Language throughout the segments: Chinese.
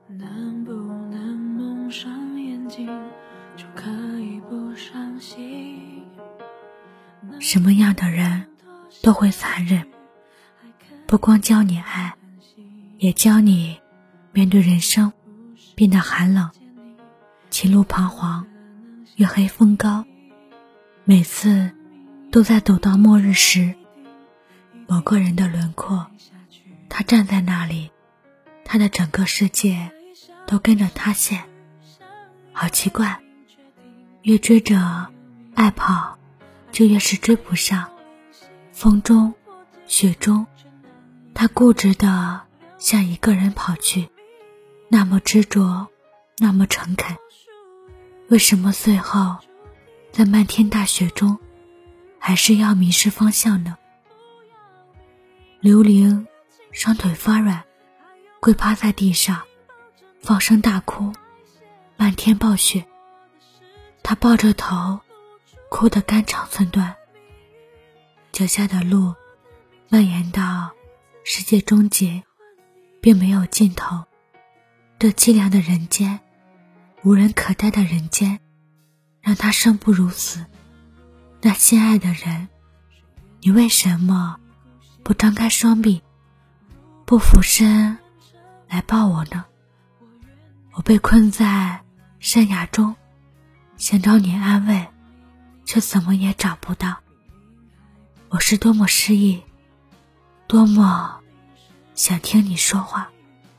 能不能蒙上眼睛就可以不伤心？ 什么样的人都会残忍，不光教你爱，也教你面对人生变得寒冷，情路彷徨，月黑风高。每次都在走到末日时，某个人的轮廓，他站在那里，他的整个世界都跟着塌陷。好奇怪，越追着爱跑，就越是追不上。风中雪中，他固执地向一个人跑去，那么执着，那么诚恳。为什么最后在漫天大雪中还是要迷失方向呢？刘玲双腿发软，跪趴在地上，放声大哭。漫天暴雪，她抱着头，哭得肝肠寸断。脚下的路蔓延到世界终结，并没有尽头。这凄凉的人间，无人可待的人间，让她生不如死。那心爱的人，你为什么不张开双臂，不俯身来抱我呢？我被困在山崖中，想找你安慰，却怎么也找不到。我是多么失意，多么想听你说话。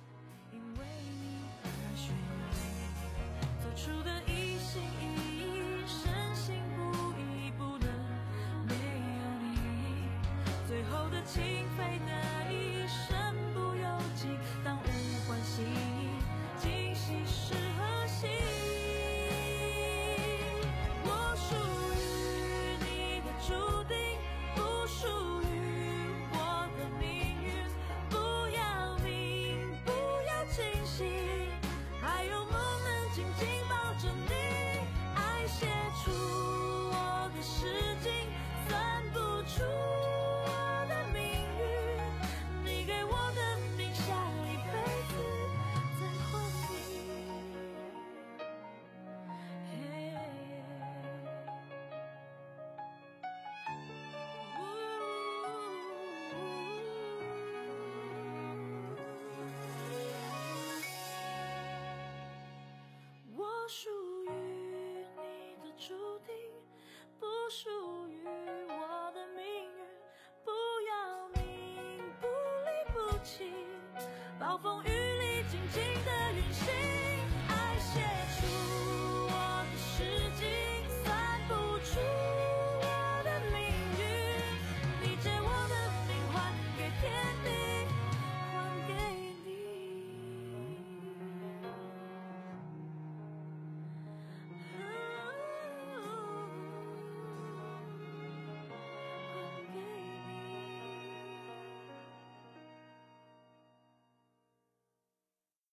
最后的情非得已，身不由己，当无欢喜，今夕是何夕？我属于你的注定，不属于我的命运。不要命，不要清醒，还有梦能紧紧抱着你。爱写出我的诗经，算不出属于你的注定，不属于我的命运。不要命，不离不弃，暴风雨里紧紧